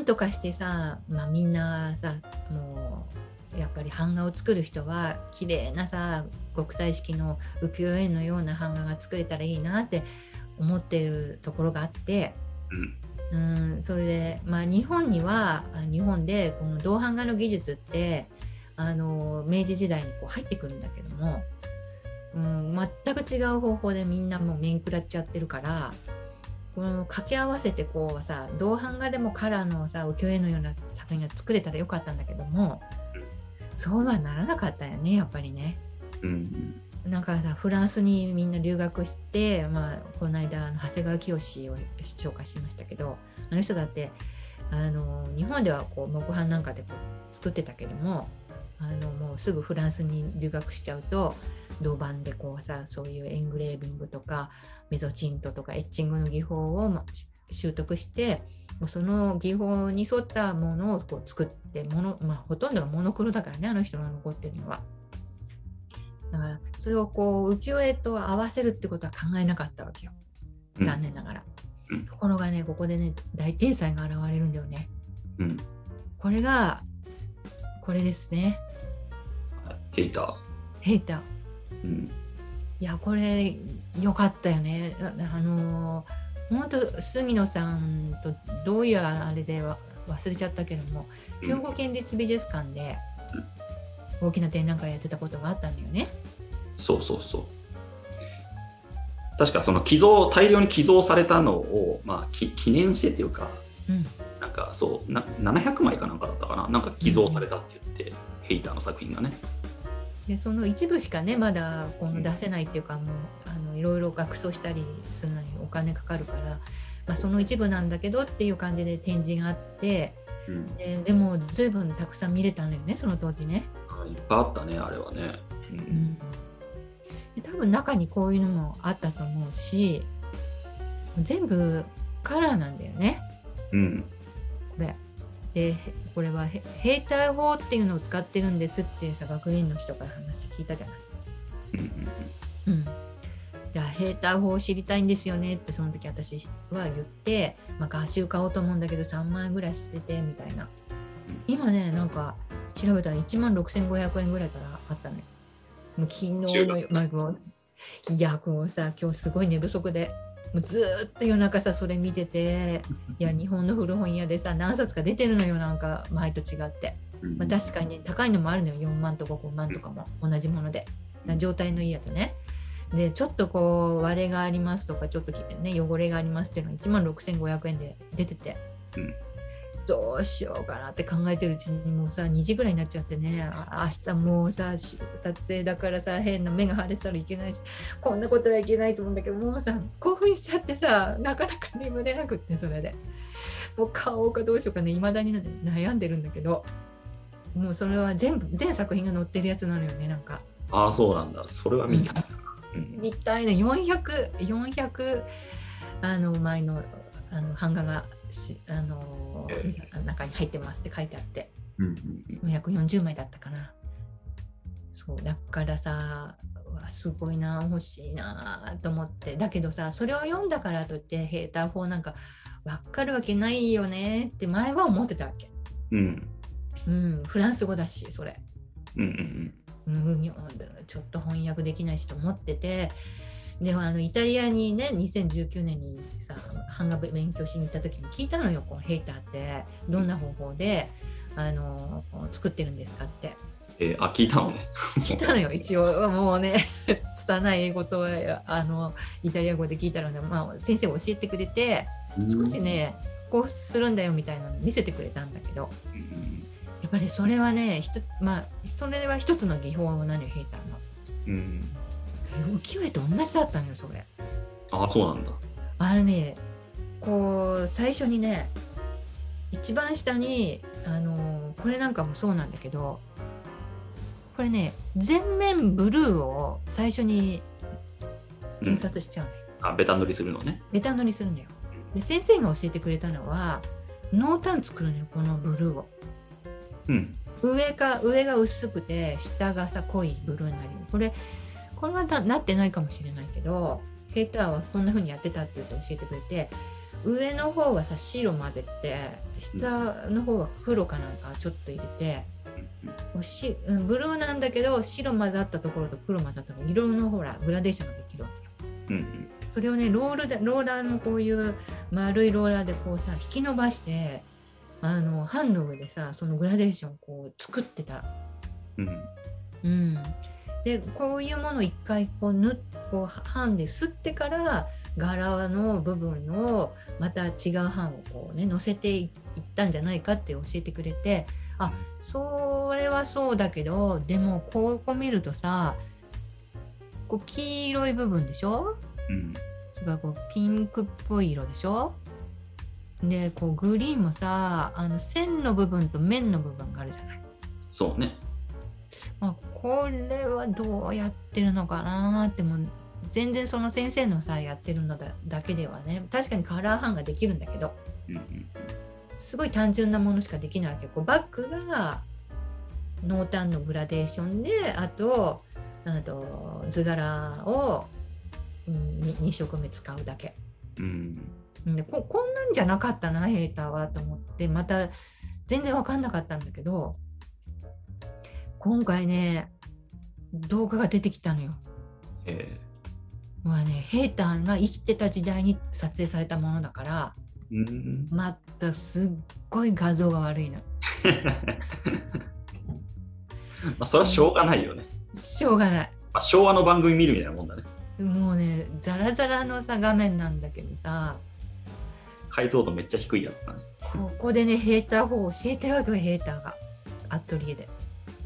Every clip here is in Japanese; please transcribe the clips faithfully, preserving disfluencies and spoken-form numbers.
とかしてさ、まあ、みんなさもうやっぱり版画を作る人は綺麗なさ極彩色の浮世絵のような版画が作れたらいいなって思ってるところがあって、うん、うん、それで、まあ、日本には日本でこの銅版画の技術ってあの明治時代にこう入ってくるんだけども、うん、全く違う方法でみんなもう面食らっちゃってるから、この掛け合わせてこうさ銅版画でもカラーのさ浮世絵のような作品が作れたらよかったんだけども、そうはならなかったよねやっぱりね。うん、なんかさフランスにみんな留学して、まあ、この間長谷川清を紹介しましたけど、あの人だってあの日本ではこう木版なんかでこう作ってたけども、あのもうすぐフランスに留学しちゃうと銅板でこうさそういうエングレービングとかメゾチントとかエッチングの技法を、ま、習得してその技法に沿ったものをこう作ってもの、まあ、ほとんどがモノクロだからねあの人が残ってるのは。だからそれをこう浮世絵と合わせるってことは考えなかったわけよ、残念ながら、うん、ところがねここでね大天才が現れるんだよね、うん、これがこれですね。 ヘイターヘイター、うん、いやこれ良かったよね。あの本当杉野さんとどういうあれでは忘れちゃったけども、兵庫県立美術館で大きな展覧会やってたことがあったんだよね。 そうそうそう。確かその寄贈大量に寄贈されたのを、まあ、き記念してっていうか、うん、なんかそうなななひゃくまいかなんかだったかな、なんか寄贈されたって言って、うん、ヘイターの作品がね。 でその一部しかねまだこの出せないっていうか、もうあのいろいろ額装したりするのにお金かかるから、まあ、その一部なんだけどっていう感じで展示があって、うん、で, でも随分たくさん見れたのよねその当時ね。 いっぱいあったねあれはね、うんうん、 で多分中にこういうのもあったと思うし、全部カラーなんだよね、うん、これでこれは兵隊法っていうのを使ってるんですってさ学芸員の人から話聞いたじゃない、うんうん、じゃあ兵隊法を知りたいんですよねってその時私は言って、まあ、画集買おうと思うんだけどさんまんえんぐらいしててみたいな。今ねなんか調べたらいちまんろくせんごひゃくえんぐらいからあったのよ。もう昨日の、まあ、もういやもうさ今日すごい寝不足でもうずっと夜中さそれ見てて、いや日本の古本屋でさ何冊か出てるのよなんか前と違って、まあ、確かにね高いのもあるのよ、よんまんとかごまんとかも同じもので状態のいいやつね。でちょっとこう割れがありますとかちょっと、ね、汚れがありますっていうのがいちまんろくせんごひゃくえんで出てて、うん、どうしようかなって考えてるうちにもうさにじぐらいになっちゃってね、明日もうさ撮影だからさ変な目が腫れたらいけないしこんなことはいけないと思うんだけど、もうさ興奮しちゃってさなかなか眠れなくって、それでもう買おうかどうしようかね未だに悩んでるんだけど、もうそれは全部全作品が載ってるやつなのよね。なんかああそうなんだ、それは見たいな、 うん、見たいのよんひゃく、よんひゃくあの前のあの版画があの、えー、中に入ってますって書いてあって、うんうんうん、よんひゃくよんじゅうまいだったかな。そうだからさすごいな欲しいなと思って、だけどさそれを読んだからといってヘーター法なんか分かるわけないよねって前は思ってたわけ、うんうん、フランス語だしそれ、うんうんうんうん、ちょっと翻訳できないしと思ってて、でもあのイタリアにねにせんじゅうきゅうねんにさ版画勉強しに行った時に聞いたのよ、このヘーターってどんな方法であの作ってるんですかって、 えー、あ聞いたのね聞いたのよ一応もうね拙い英語とあのイタリア語で聞いたので、まあ、先生教えてくれて少しねこうするんだよみたいなの見せてくれたんだけど、やっぱりそれはねひと、まあ、それは一つの技法なのよヘーターの、うん浮世絵と同じだったのよそれ。 ああそうなんだ。 あれねこう最初にね一番下にあのこれなんかもそうなんだけど、これね全面ブルーを最初に印刷しちゃうのよ、 うん、あベタ塗りするのね。 ベタ塗りするのよ。で先生が教えてくれたのは濃淡作るのよこのブルーを、うん、上か上が薄くて下がさ濃いブルーになるよ。これこれは な, なってないかもしれないけどヘーターはこんな風にやってたって言って教えてくれて、 上の方はさ白混ぜて下の方は黒かなんかちょっと入れて、おしブルーなんだけど白混ざったところと黒混ざったところ色のほらグラデーションができるわけよ、うんうん、それをねロールでローラーのこういう丸いローラーでこうさ引き伸ばしてあの版の上でさそのグラデーションをこう作ってた、うんうん、でこういうものを一回こうぬっこう版で吸ってから柄の部分をまた違う版をこうね乗せていったんじゃないかって教えてくれて、あ、それはそうだけどでもこう見るとさこう黄色い部分でしょ、うん、それからこうピンクっぽい色でしょ、でこうグリーンもさあの線の部分と面の部分があるじゃない。 そうね、 まあ、これはどうやってるのかなっても全然その先生のさやってるの だ, だけではね確かにカラー版ができるんだけど、うんうん、すごい単純なものしかできないわけ。こうバックが濃淡のグラデーションであとあと図柄を、うん、に色目使うだけ、うん、で こ, こんなんじゃなかったなヘーターはと思ってまた全然分かんなかったんだけど今回ね動画が出てきたのよ。えーまあね、ヘーターが生きてた時代に撮影されたものだから、うん、またすっごい画像が悪いの。 まあそれはしょうがないよね。 しょうがない。 まあ、昭和の番組見るみたいなもんだね。 もうねザラザラのさ画面なんだけどさ解像度めっちゃ低いやつだね。 ここでねヘーター法を教えてるわけよヘーターがアトリエで。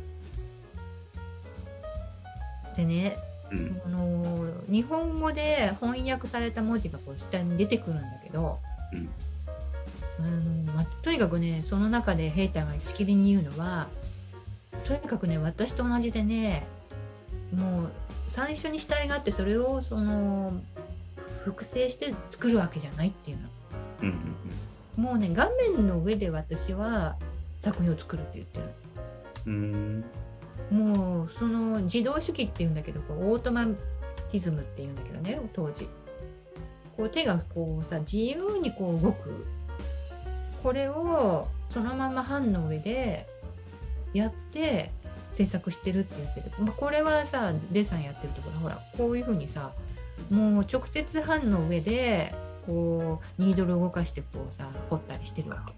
でね、うん、あの日本語で翻訳された文字がこう下に出てくるんだけど、うんあのまあ、とにかくねその中でヘーターがしきりに言うのはとにかくね私と同じでねもう最初に死体があってそれをその複製して作るわけじゃないっていうの、うんうんうん、もうね画面の上で私は作品を作るって言ってる。うんもうその自動手記っていうんだけどこうオートマティズムっていうんだけどね当時こう手がこうさ自由にこう動くこれをそのまま版の上でやって制作してるって言ってる、まあ、これはさデッサンやってるところほらこういう風にさもう直接版の上でこうニードルを動かしてこうさ彫ったりしてるわけ。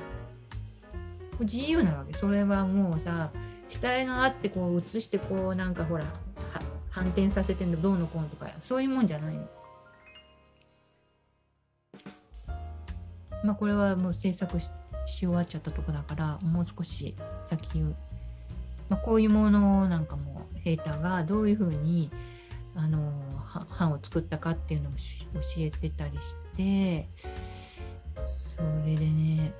自由なわけ。それはもうさ下絵があってこう写してこうなんかほら反転させてんのどうのこうのとかそういうもんじゃないの。まあこれはもう制作 し, し終わっちゃったとこだからもう少し先言う、まあ、こういうものなんかもヘーターがどういうふうにあの版を作ったかっていうのも教えてたりしてそれでね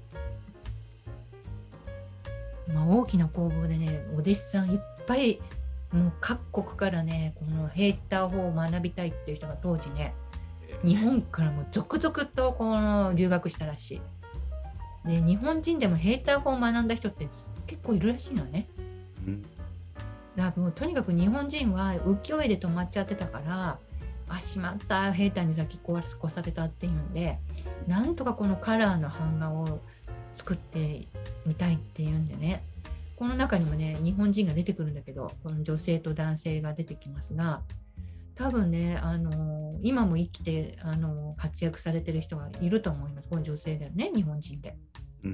まあ、大きな工房でねお弟子さんいっぱいもう各国からねこのヘーター法を学びたいっていう人が当時ね日本からも続々とこの留学したらしい。で日本人でもヘーター法を学んだ人って結構いるらしいのね。うん、だからもうとにかく日本人は浮世絵で止まっちゃってたからあしまったヘーターに先越されたっていうんでなんとかこのカラーの版画を作ってみたいっていうんでねこの中にもね日本人が出てくるんだけどこの女性と男性が出てきますが多分ねあの今も生きてあの活躍されてる人がいると思います。この女性だよね日本人で。うん、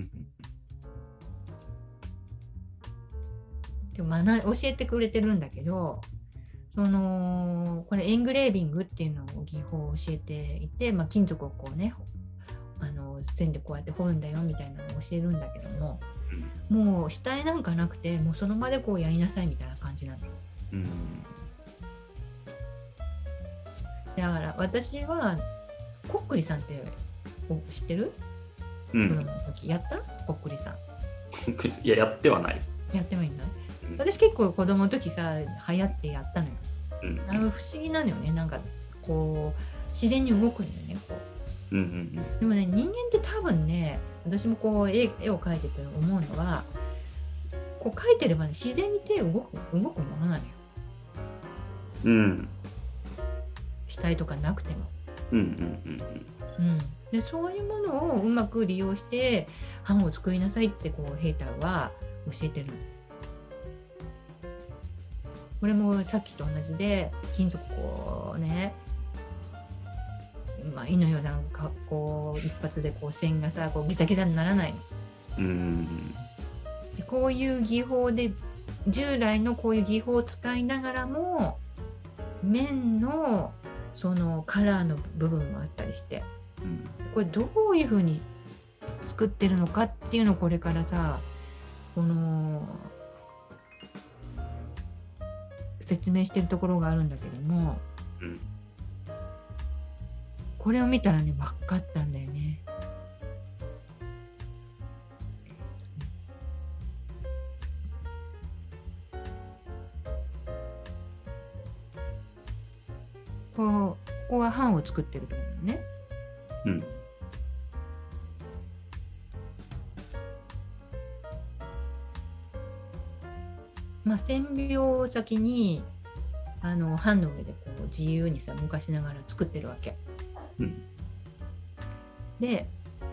でも学教えてくれてるんだけどそのこれエングレービングっていうのを技法を教えていて、まあ、金属をこうねあの線でこうやって彫るんだよみたいなのを教えるんだけども、うん、もう下絵なんかなくてもうその場でこうやりなさいみたいな感じなのよ、うん、だから私はこっくりさんって知ってる、うん、子供の時やったこっくりさん。 いややってはない。 やってもいいの、うん、私結構子供の時さ流行ってやったのよ、うん、あの不思議なのよねなんかこう自然に動くのよねこううんうんうん、でもね人間って多分ね私もこう 絵, 絵を描いてて思うのはこう描いてれば、ね、自然に手を動く動くものなのよ、うん、死体とかなくても、うんうんうんうん、 でそういうものをうまく利用して版を作りなさいってこうヘーターは教えてるの。これもさっきと同じで金属こうね、まあ、いいのよ、なんかこう一発でこう線がさこうギザギザにならないの。 うんでこういう技法で従来のこういう技法を使いながらも面のそのカラーの部分もあったりして、うん、これどういうふうに作ってるのかっていうのをこれからさこの説明してるところがあるんだけども、うん、これを見たらね分かったんだよね。こうここは版を作ってるところね。うん。まあ線描を先にあの版の上でこう自由にさ動かしながら作ってるわけ。うん、で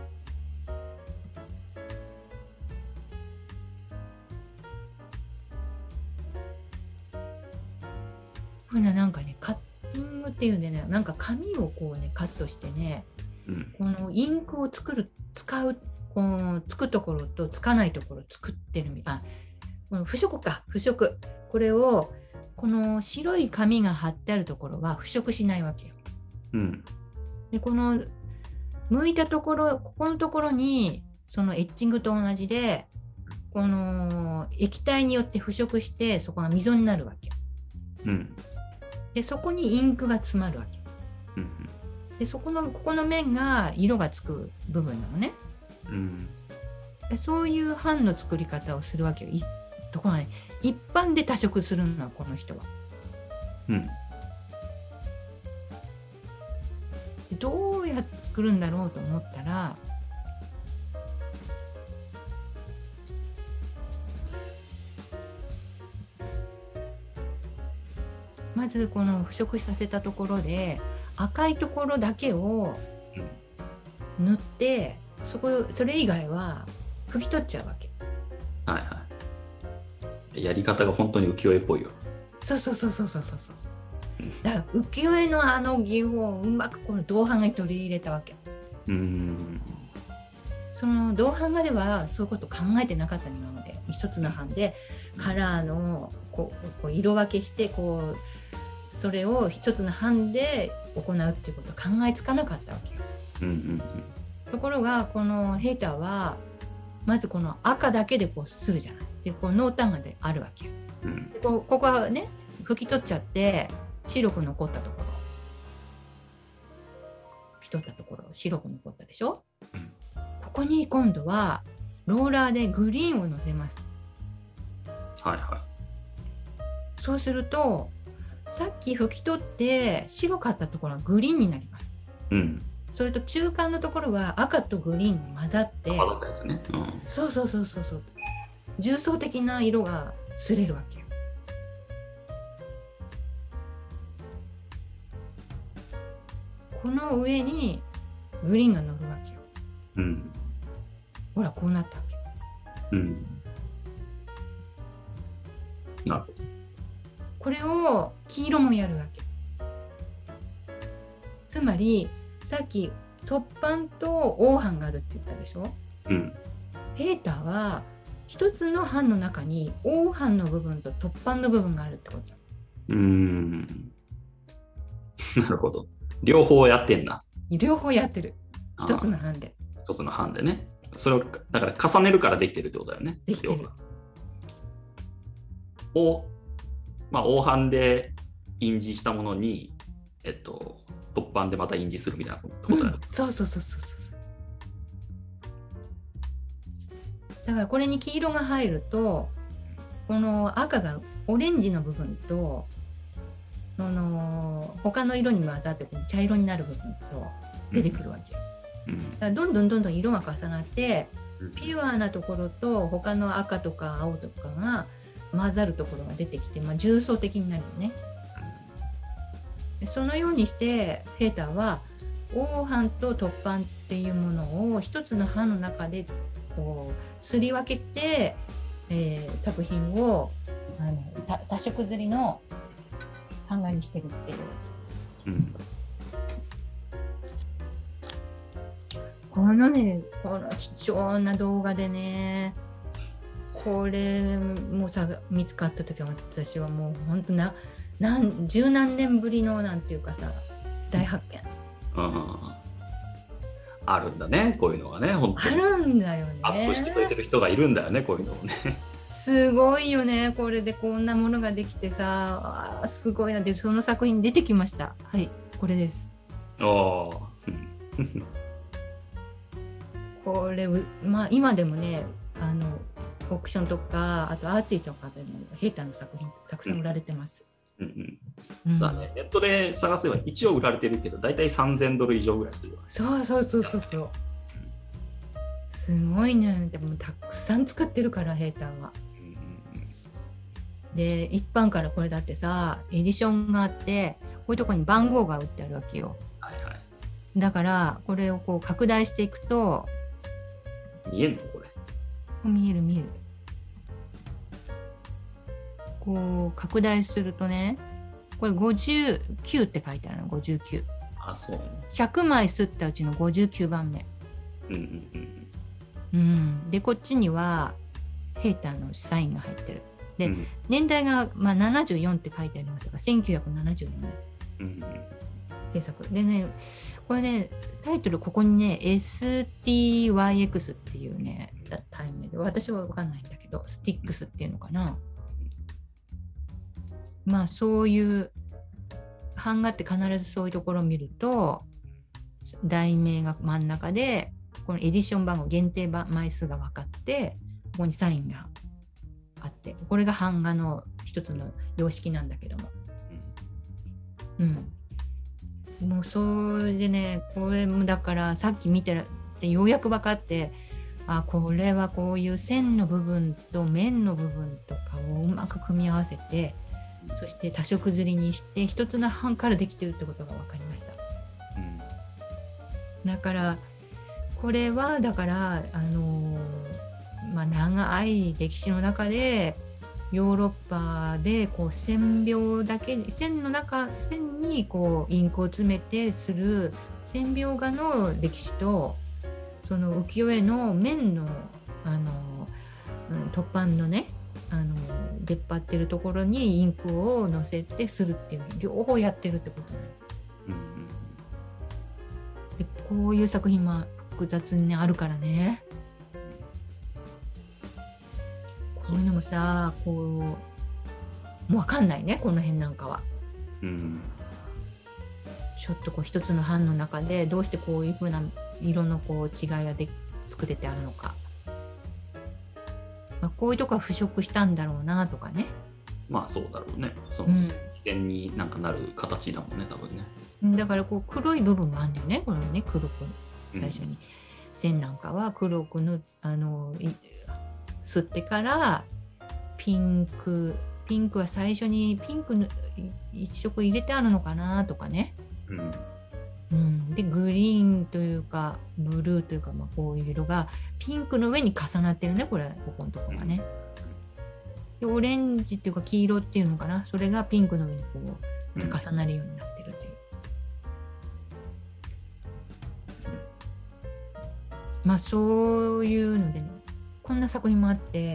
これなんかねカッティングっていうんでね、なんか紙をこうねカットしてね、うん、このインクを作る使うこうつくところとつかないところ作ってるみたい。この腐食か腐食、これをこの白い紙が貼ってあるところは腐食しないわけよ。うん、でこの剥いたところここのところにそのエッチングと同じでこの液体によって腐食してそこが溝になるわけ。うん、でそこにインクが詰まるわけ。うん、でそこのここの面が色がつく部分なのね。うん、でそういう版の作り方をするわけよ。ところがね一般で多色するのはこの人は。うん、でどうやって作るんだろうと思ったらまずこの腐食させたところで赤いところだけを塗ってそこそれ以外は拭き取っちゃうわけ。 はいはい。やり方が本当に浮世絵っぽいよ。 そうそうそうそうそうそうそう。だから浮世絵のあの技法をうまくこの銅版画に取り入れたわけ。うーん。その銅版画ではそういうこと考えてなかったの今まで。一つの版でカラーのこうこう色分けしてこうそれを一つの版で行うっていうことを考えつかなかったわけよ。うんうんうん、ところがこのヘーターはまずこの赤だけでこうするじゃない。でこう濃淡がであるわけよ。うん、でこうここはね拭き取っちゃって白く残ったところ拭き取ったところ白く残ったでしょ。うん、ここに今度はローラーでグリーンをのせます。はいはい。そうするとさっき拭き取って白かったところはグリーンになります。うん、それと中間のところは赤とグリーンが混ざって混ざったやつね。うん、 そうそうそうそうそう重層的な色が擦れるわけよ。この上にグリーンが乗るわけよ。うん、ほらこうなったわけ。うん、なるほど。これを黄色もやるわけ。つまりさっき凸版と黄版があるって言ったでしょ。うん、ヘーターは一つの版の中に黄版の部分と凸版の部分があるってこと。 うーんなるほど。両方やってんな。 両方やってる。一つの版で。 一つの版でね。それをだから重ねるからできてるってことだよね。 できてる。 をまあ黄版で印字したものにえっと凸版でまた印字するみたいなことだよね。 うん、そうそうそうそうそう。だからこれに黄色が入るとこの赤がオレンジの部分とその他の色に混ざって茶色になる部分と出てくるわけよ。うん、だからどんどんどんどん色が重なってピュアなところと他の赤とか青とかが混ざるところが出てきて、まあ、重層的になるよね。そのようにしてヘーターは黄斑と突斑っていうものを一つの版の中でこうすり分けて、えー、作品をあの多色刷りの版画にしてるっていう、うん、このねこの貴重な動画でね、これもさ見つかった時は私はもう本当な何十何年ぶりのなんていうかさ大発見、うん、 あるんだね、こういうのがね。本当にあるんだよね。 アップしてくれてる人がいるんだよね、こういうのをね。 すごいよね、これでこんなものができてさ、あすごいな。でその作品出てきました。はい、これです。 あこれまあ今でもね、あのオークションとかあとアーチーとかでもヘーターの作品たくさん売られてます。うんうんうん、だね、ネットで探せば一応売られてるけどだいたいさんぜんドル以上ぐらいするよね。 そうそうそうそうそう、うん、すごいね。でもたくさん作ってるからヘーターは、うんうんうん、で一般からこれだってさエディションがあってこういうとこに番号が売ってあるわけよ、はいはい、だからこれをこう拡大していくと見えんのこれ。 見える見える。こう拡大するとね、これごじゅうきゅうって書いてあるの。ごじゅうきゅう。 あ、そうね。 ひゃくまい刷ったうちのごじゅうきゅうばんめ。うんうんうん。うん。でこっちにはヘーターのサインが入ってる。で、うん、年代が、まあ、ななじゅうよんって書いてありますが、せんきゅうひゃくななじゅうよねん、うんうん、制作でね、これねタイトルここにね エスティーワイエックス っていうねタイムで、私は分かんないんだけどスティックスっていうのかな。まあそういう版画って必ずそういうところを見ると題名が真ん中でこのエディション番号限定枚数が分かってここにサインがあって、これが版画の一つの様式なんだけども、うん、もうそれでね、これもだからさっき見ててようやく分かって、あこれはこういう線の部分と面の部分とかをうまく組み合わせて、そして多色刷りにして一つの版からできてるってことが分かりました、うん、だからこれはだからあのー、まあ長い歴史の中でヨーロッパでこう線描だけ線の中線にこうインクを詰めてする線描画の歴史と、その浮世絵の面のあの、うん、突版のねあの出っ張ってるところにインクをのせてするっていう両方やってるってことね、うん、でこういう作品も複雑に、ね、あるからね。こういうのもさこうもう分かんないねこの辺なんかは、うん、ちょっとこう一つの版の中でどうしてこういう風な色のこう違いがで作れてあるのか、まあ、こういうとこは腐食したんだろうなとかね。 まあそうだろうね。その自然になんかなる形だもんね、多分ね。 だからこう黒い部分もあるんだよね、これね黒く最初に、うん、線なんかは黒くぬあの吸ってからピンクピンクは最初にピンクの一色入れてあるのかなとかね、うんうん、でグリーンというかブルーというか、まあ、こういう色がピンクの上に重なってるね、これここのとこがね。でオレンジっていうか黄色っていうのかな、それがピンクの上にこう重なるようになってるという、うん、まあそういうので、ね、こんな作品もあって、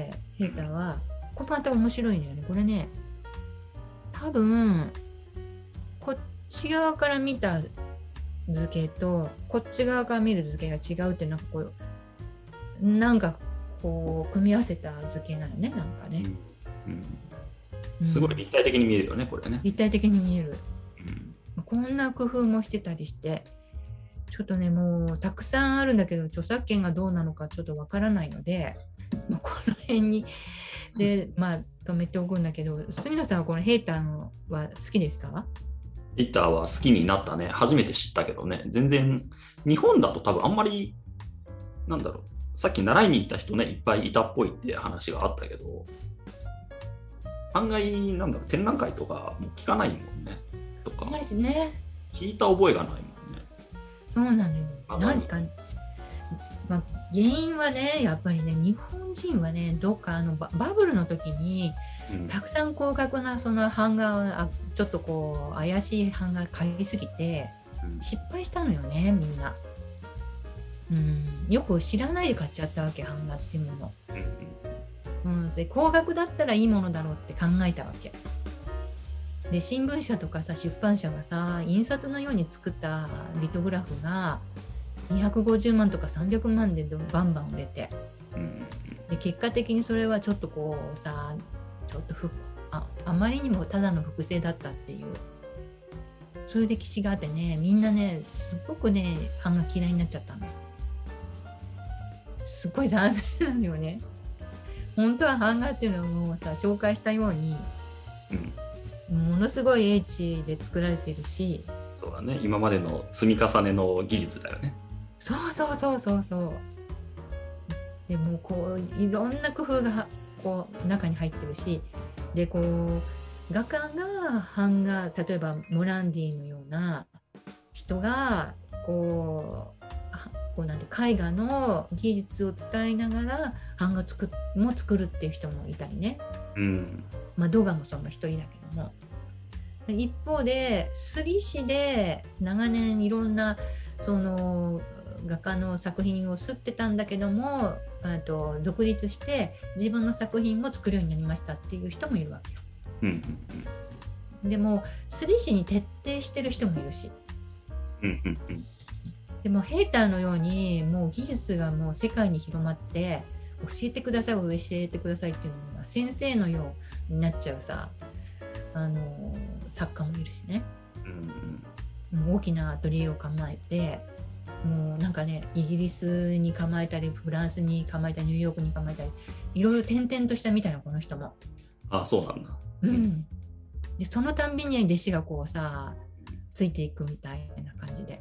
ヘーターはこれまた面白いんだよね。これね多分こっち側から見た図形とこっち側から見る図形が違うって、なんかこうなんかこう組み合わせた図形なのね、なんかね、 うんうん、すごい立体的に見えるよね、これね。 立体的に見える、うん、こんな工夫もしてたりして、ちょっとねもうたくさんあるんだけど著作権がどうなのかちょっとわからないので、まあ、この辺にでまあ止めておくんだけど、杉野さんはこのヘーターのは好きですか？ ヘーターは好きになったね。初めて知ったけどね、全然日本だと多分あんまりなんだろう、さっき習いに行った人ねいっぱいいたっぽいって話があったけど、案外なんだろう展覧会とかもう聞かないもんねとか、 ね、 聞いた覚えがないもんね。 そうなのよ。 あなんか、まあ、原因はね、やっぱりね、日本人はね、どっかあのバ、バブルの時に、 うん、 たくさん高額なその版画を、あちょっとこう、怪しい版画買いすぎて、 うん失敗したのよね、みんな。うん、よく知らないで買っちゃったわけ、版画っていうもの。 うんうんうん、で高額だったらいいものだろうって考えたわけ。で新聞社とかさ出版社がさ印刷のように作ったリトグラフがにひゃくごじゅうまんとかさんびゃくまんでバンバン売れて、 うんで結果的にそれはちょっとこうさちょっとふ あ, あまりにもただの複製だったっていうそういう歴史があってね、みんなねすごくね版が嫌いになっちゃったのよ。すごい残念なのよね。本当は版画っていうのはもうさ紹介したように、 うん、 ものすごい英知で作られてるし、 そうだね、今までの積み重ねの技術だよね。 そうそうそうそうそう。でもこういろんな工夫がこう中に入ってるし、でこう画家が版画、例えばモランディのような人がこうこうなんて絵画の技術を使いながら版画作も作るっていう人もいたりね、 うんまあ、ドガもその一人だけども、一方で刷り師で長年いろんなその画家の作品を刷ってたんだけども、あと独立して自分の作品も作るようになりましたっていう人もいるわけよ。 うんうんうん、でも刷り師に徹底してる人もいるし、 うんうんうんでもヘーターのようにもう技術がもう世界に広まって教えてください教えてくださいっていうのが先生のようになっちゃうさ、あの作家もいるしね、 うんもう大きなアトリエを構えて、もうなんかねイギリスに構えたりフランスに構えたりニューヨークに構えたりいろいろ転々としたみたいなこの人も。 あ、そうなんだ。 うん、でそのたんびに弟子がこうさついていくみたいな感じで。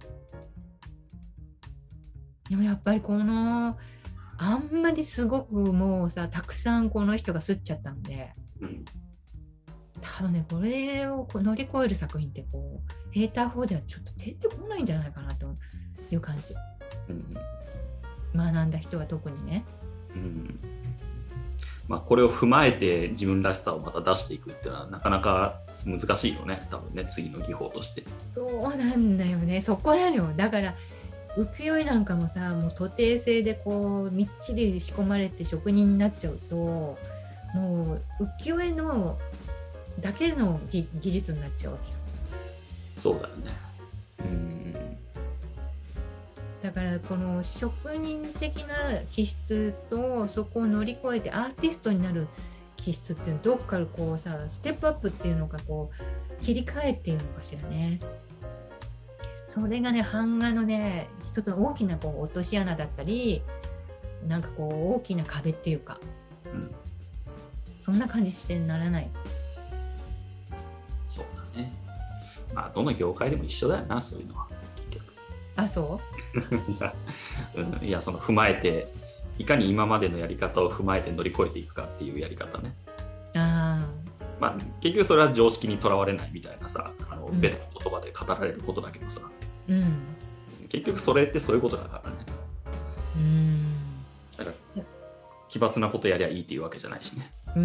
でもやっぱりこのあんまりすごくもうさたくさんこの人が刷っちゃったので、 うん、 多分ねこれをこう乗り越える作品ってこうヘーターフォーではちょっと出てこないんじゃないかなという感じ、 うん、 学んだ人は特にね、 うんまあ、これを踏まえて自分らしさをまた出していくっていうのはなかなか難しいよね、多分ね、次の技法として。 そうなんだよね、そこなのよ。だから浮世絵なんかもさもう徒弟製でこうみっちり仕込まれて職人になっちゃうともう浮世絵のだけの 技, 技術になっちゃうわけよ。 そうだよね。うんだからこの職人的な気質とそこを乗り越えてアーティストになる気質っていうのどっからこうさステップアップっていうのかこう切り替えっていうのかしらね。それがね版画のね一つの大きなこう落とし穴だったりなんかこう大きな壁っていうか、 うん、 そんな感じしてならない。 そうだね。まあどの業界でも一緒だよな、そういうのは結局。 あ、そういや、うん、いやその踏まえていかに今までのやり方を踏まえて乗り越えていくかっていうやり方ね。 あ、 まあ、結局それは常識にとらわれないみたいなさ、あの、うん、ベタな言葉で語られることだけどさ、 うん、 結局それってそういうことだからね。 うん、 だから奇抜なことやりゃいいっていうわけじゃないしね。 うん、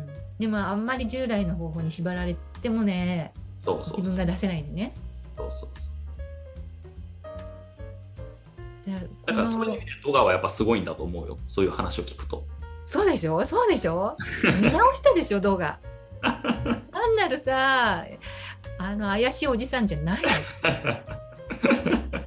でもあんまり従来の方法に縛られてもね、 そうそうそう、 自分が出せないんでね。 そうそうそう。 でだからそういう意味でドガはやっぱすごいんだと思うよ、そういう話を聞くと。 そうでしょそうでしょ見直したでしょ動画単なるさあの怪しいおじさんじゃないの